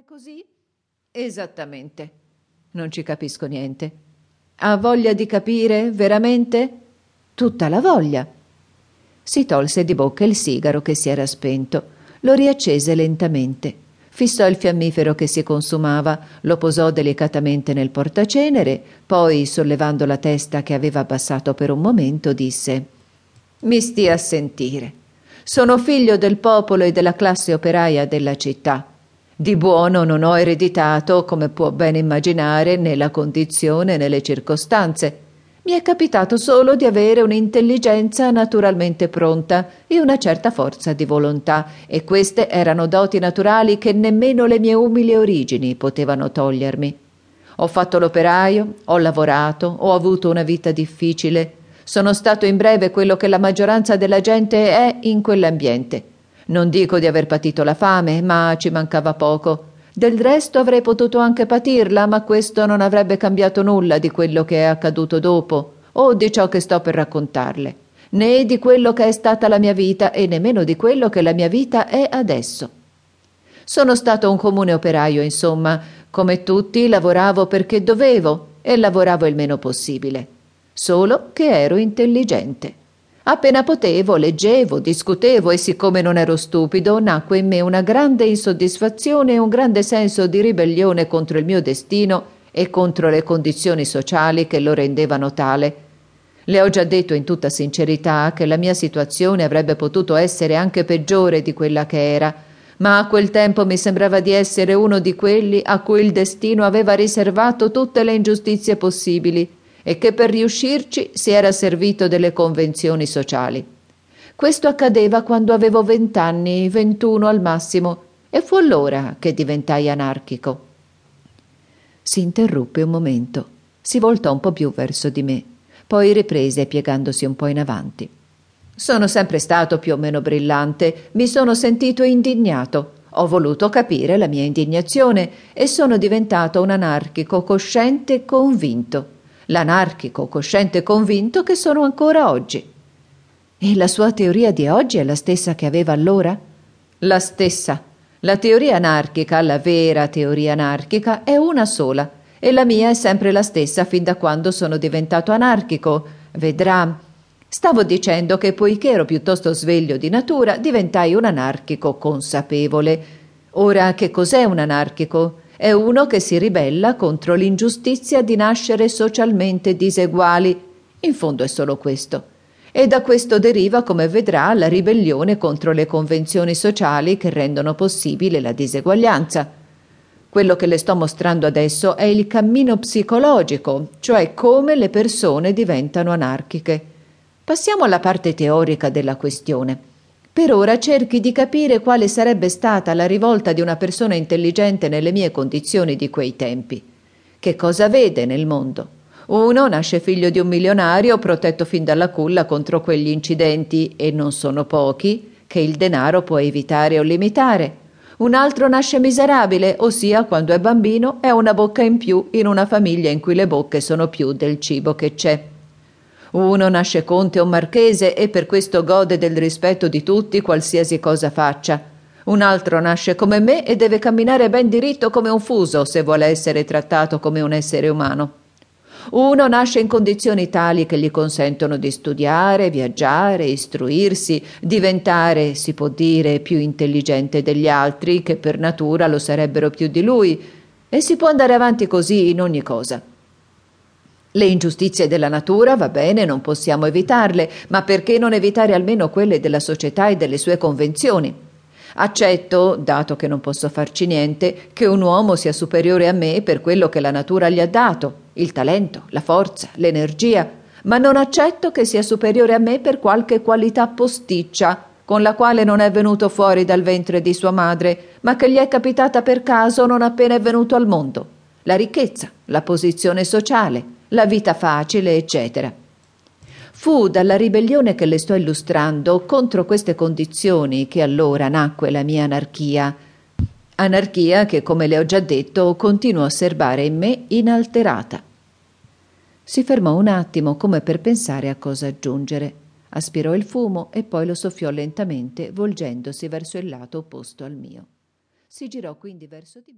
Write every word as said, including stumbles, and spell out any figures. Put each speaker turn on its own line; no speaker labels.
è così? Esattamente. Non ci capisco niente. Ha voglia di capire veramente? Tutta la voglia. Si tolse di bocca il sigaro che si era spento, lo riaccese lentamente, fissò il fiammifero che si consumava, lo posò delicatamente nel portacenere, poi, sollevando la testa che aveva abbassato per un momento, disse: «Mi stia a sentire. Sono figlio del popolo e della classe operaia della città. Di buono non ho ereditato, come può ben immaginare, né la condizione né le circostanze. Mi è capitato solo di avere un'intelligenza naturalmente pronta e una certa forza di volontà, e queste erano doti naturali che nemmeno le mie umili origini potevano togliermi. Ho fatto l'operaio, ho lavorato, ho avuto una vita difficile. Sono stato in breve quello che la maggioranza della gente è in quell'ambiente. Non dico di aver patito la fame, ma ci mancava poco. Del resto avrei potuto anche patirla, ma questo non avrebbe cambiato nulla di quello che è accaduto dopo, o di ciò che sto per raccontarle, né di quello che è stata la mia vita e nemmeno di quello che la mia vita è adesso. Sono stato un comune operaio, insomma. Come tutti lavoravo perché dovevo e lavoravo il meno possibile. Solo che ero intelligente. Appena potevo, leggevo, discutevo e siccome non ero stupido, nacque in me una grande insoddisfazione e un grande senso di ribellione contro il mio destino e contro le condizioni sociali che lo rendevano tale. Le ho già detto in tutta sincerità che la mia situazione avrebbe potuto essere anche peggiore di quella che era, ma a quel tempo mi sembrava di essere uno di quelli a cui il destino aveva riservato tutte le ingiustizie possibili e che per riuscirci si era servito delle convenzioni sociali. Questo accadeva quando avevo vent'anni, ventuno al massimo, e fu allora che diventai anarchico. Si interruppe un momento, si voltò un po' più verso di me, poi riprese piegandosi un po' in avanti. Sono sempre stato più o meno brillante, mi sono sentito indignato, ho voluto capire la mia indignazione e sono diventato un anarchico cosciente e convinto. L'anarchico cosciente e convinto che sono ancora oggi. E la sua teoria di oggi è la stessa che aveva allora? La stessa. La teoria anarchica, la vera teoria anarchica, è una sola, e la mia è sempre la stessa fin da quando sono diventato anarchico. Vedrà. Stavo dicendo che poiché ero piuttosto sveglio di natura, diventai un anarchico consapevole. Ora, che cos'è un anarchico? È uno che si ribella contro l'ingiustizia di nascere socialmente diseguali. In fondo è solo questo. E da questo deriva, come vedrà, la ribellione contro le convenzioni sociali che rendono possibile la diseguaglianza. Quello che le sto mostrando adesso è il cammino psicologico, cioè come le persone diventano anarchiche. Passiamo alla parte teorica della questione. Per ora cerchi di capire quale sarebbe stata la rivolta di una persona intelligente nelle mie condizioni di quei tempi. Che cosa vede nel mondo? Uno nasce figlio di un milionario protetto fin dalla culla contro quegli incidenti, e non sono pochi, che il denaro può evitare o limitare. Un altro nasce miserabile, ossia quando è bambino è una bocca in più in una famiglia in cui le bocche sono più del cibo che c'è. Uno nasce conte o marchese e per questo gode del rispetto di tutti qualsiasi cosa faccia. Un altro nasce come me e deve camminare ben diritto come un fuso se vuole essere trattato come un essere umano. Uno nasce in condizioni tali che gli consentono di studiare, viaggiare, istruirsi, diventare, si può dire, più intelligente degli altri, che per natura lo sarebbero più di lui, e si può andare avanti così in ogni cosa. Le ingiustizie della natura, va bene, non possiamo evitarle, ma perché non evitare almeno quelle della società e delle sue convenzioni? Accetto, dato che non posso farci niente, che un uomo sia superiore a me per quello che la natura gli ha dato, il talento, la forza, l'energia, ma non accetto che sia superiore a me per qualche qualità posticcia, con la quale non è venuto fuori dal ventre di sua madre, ma che gli è capitata per caso non appena è venuto al mondo. La ricchezza, la posizione sociale, la vita facile, eccetera. Fu dalla ribellione che le sto illustrando contro queste condizioni che allora nacque la mia anarchia. Anarchia che, come le ho già detto, continuo a serbare in me inalterata. Si fermò un attimo come per pensare a cosa aggiungere. Aspirò il fumo e poi lo soffiò lentamente, volgendosi verso il lato opposto al mio. Si girò quindi verso di me.